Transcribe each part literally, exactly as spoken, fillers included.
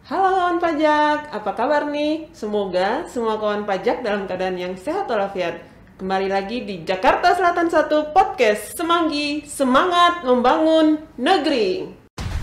Halo kawan pajak, apa kabar nih? Semoga semua kawan pajak dalam keadaan yang sehat walafiat. Kembali lagi di Jakarta Selatan satu Podcast Semanggi, semangat membangun negeri.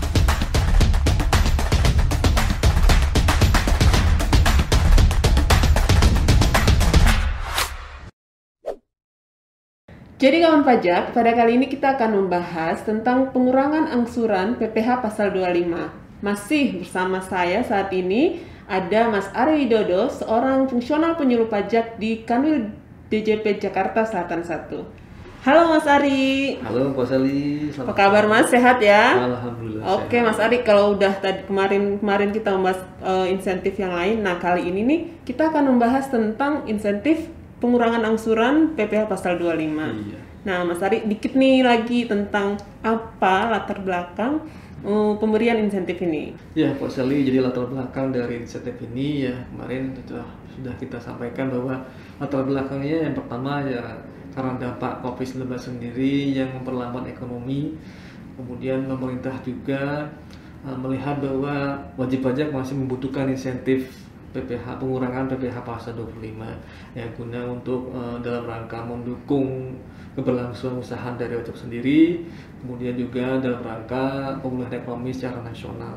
Jadi kawan pajak, pada kali ini kita akan membahas tentang pengurangan angsuran P P H pasal dua puluh lima. Masih bersama saya saat ini ada Mas Ari Widodo, seorang fungsional penyuluh pajak di Kanwil D J P Jakarta Selatan satu. Halo Mas Ari. Halo Pak Sali. Apa kabar Mas? Sehat ya? Alhamdulillah. Oke sehat. Mas Ari, kalau udah tadi kemarin kemarin kita membahas uh, insentif yang lain, nah kali ini nih kita akan membahas tentang insentif pengurangan angsuran P P H pasal dua puluh lima. Iya. Nah, Mas Ari, dikit nih lagi tentang apa latar belakang uh, pemberian insentif ini. Ya Pak Sali, jadi latar belakang dari insentif ini ya kemarin sudah sudah kita sampaikan bahwa latar belakangnya yang pertama ya karena dampak covid sembilan belas sendiri yang memperlambat ekonomi. Kemudian pemerintah juga uh, melihat bahwa wajib pajak masih membutuhkan insentif P P H, pengurangan P P H pasal dua puluh lima yang guna untuk uh, dalam rangka mendukung keberlangsungan usaha dari wajib sendiri, kemudian juga dalam rangka pemulihan ekonomi secara nasional.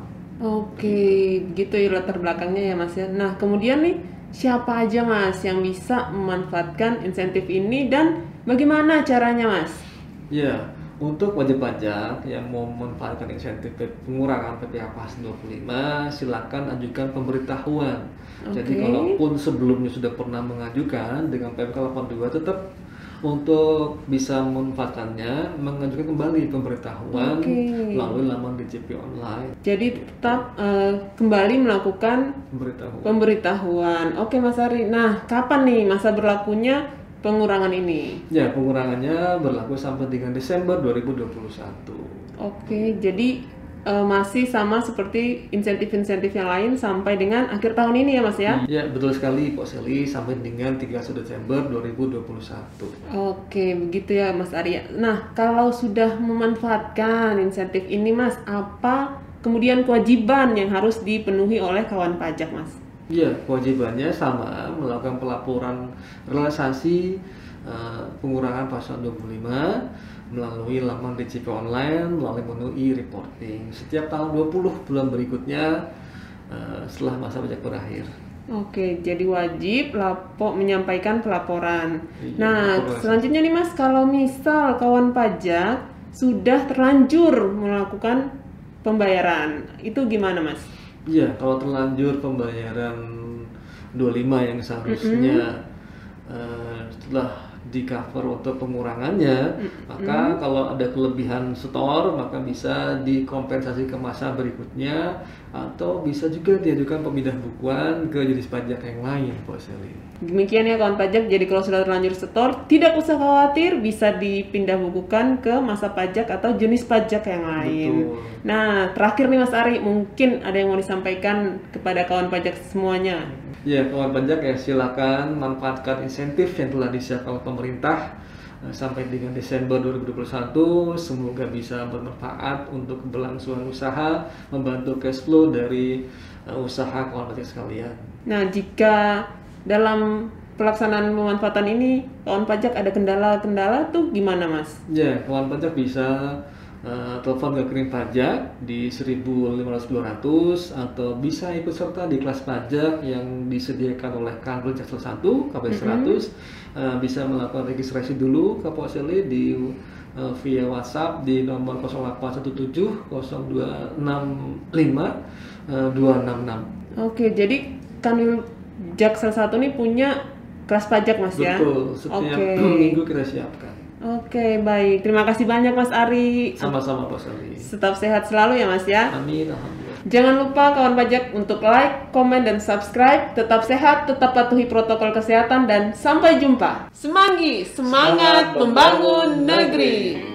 Oke, gitu ya latar belakangnya ya Mas ya. Nah, kemudian nih siapa aja Mas yang bisa memanfaatkan insentif ini dan bagaimana caranya Mas? Ya, untuk wajib pajak yang mau memanfaatkan insentif pengurangan P P H pasal dua puluh lima, silakan ajukan pemberitahuan. Oke. Jadi kalaupun sebelumnya sudah pernah mengajukan dengan P M K delapan puluh dua, tetap untuk bisa memanfaatkannya mengajukan kembali pemberitahuan Oke. melalui laman D J P online. Jadi tetap uh, kembali melakukan Pemberitahuan. pemberitahuan. Oke Mas Ari. Nah, kapan nih masa berlakunya pengurangan ini? Ya, pengurangannya berlaku sampai dengan Desember dua ribu dua puluh satu. Oke, jadi uh, masih sama seperti insentif-insentif yang lain sampai dengan akhir tahun ini ya Mas ya? Ya, betul sekali Pak Seli, sampai dengan tiga belas Desember dua ribu dua puluh satu. Oke, begitu ya Mas Arya. Nah, kalau sudah memanfaatkan insentif ini Mas, apa kemudian kewajiban yang harus dipenuhi oleh kawan pajak Mas? Ya, kewajibannya sama, melakukan pelaporan realisasi uh, pengurangan pasal dua puluh lima melalui laman D J P online, melalui menu e-reporting setiap tanggal dua puluh bulan berikutnya uh, setelah masa pajak berakhir. Oke, jadi wajib lapor menyampaikan pelaporan. Iya, Nah, laporan. selanjutnya nih Mas, kalau misal kawan pajak sudah terlanjur melakukan pembayaran, itu gimana Mas? Iya, kalau terlanjur pembayaran dua puluh lima yang seharusnya uh, setelah di cover untuk pengurangannya, Mm-mm. maka kalau ada kelebihan setor maka bisa dikompensasi ke masa berikutnya atau bisa juga diajukan pemindah bukuan ke jenis pajak yang lain, Pak Seli. Demikian ya kawan pajak, jadi kalau sudah terlanjur setor, tidak usah khawatir, bisa dipindah bukukan ke masa pajak atau jenis pajak yang lain. Betul. Nah, terakhir nih Mas Ari, mungkin ada yang mau disampaikan kepada kawan pajak semuanya. Ya, kawan pajak ya silakan manfaatkan insentif yang telah disiapkan oleh pemerintah eh, sampai dengan Desember dua ribu dua puluh satu. Semoga bisa bermanfaat untuk keberlangsungan usaha, membantu cash flow dari eh, usaha kawan pajak sekalian. Nah, jika dalam pelaksanaan pemanfaatan ini kawan pajak ada kendala-kendala tuh gimana Mas? Ya, kawan pajak bisa uh, telepon ke Kirim Pajak di seribu lima ratus dua ratus atau bisa ikut serta di kelas pajak yang disediakan oleh Kanwil Jaksel satu K P seratus. Uh, bisa melakukan registrasi dulu ke Pak Seli di uh, via WhatsApp di nomor nol delapan satu tujuh nol dua enam lima dua enam enam. Oke, jadi Kanwil Jaksel satu ini punya kelas pajak Mas ya? Betul, setiap Oke. minggu kita siapkan. Oke, baik. Terima kasih banyak Mas Ari. Sama-sama Pak Seli. Tetap sehat selalu ya Mas ya. Amin, alhamdulillah. Jangan lupa kawan pajak untuk like, komen, dan subscribe. Tetap sehat, tetap patuhi protokol kesehatan, dan sampai jumpa. Semanggi, semangat membangun negeri.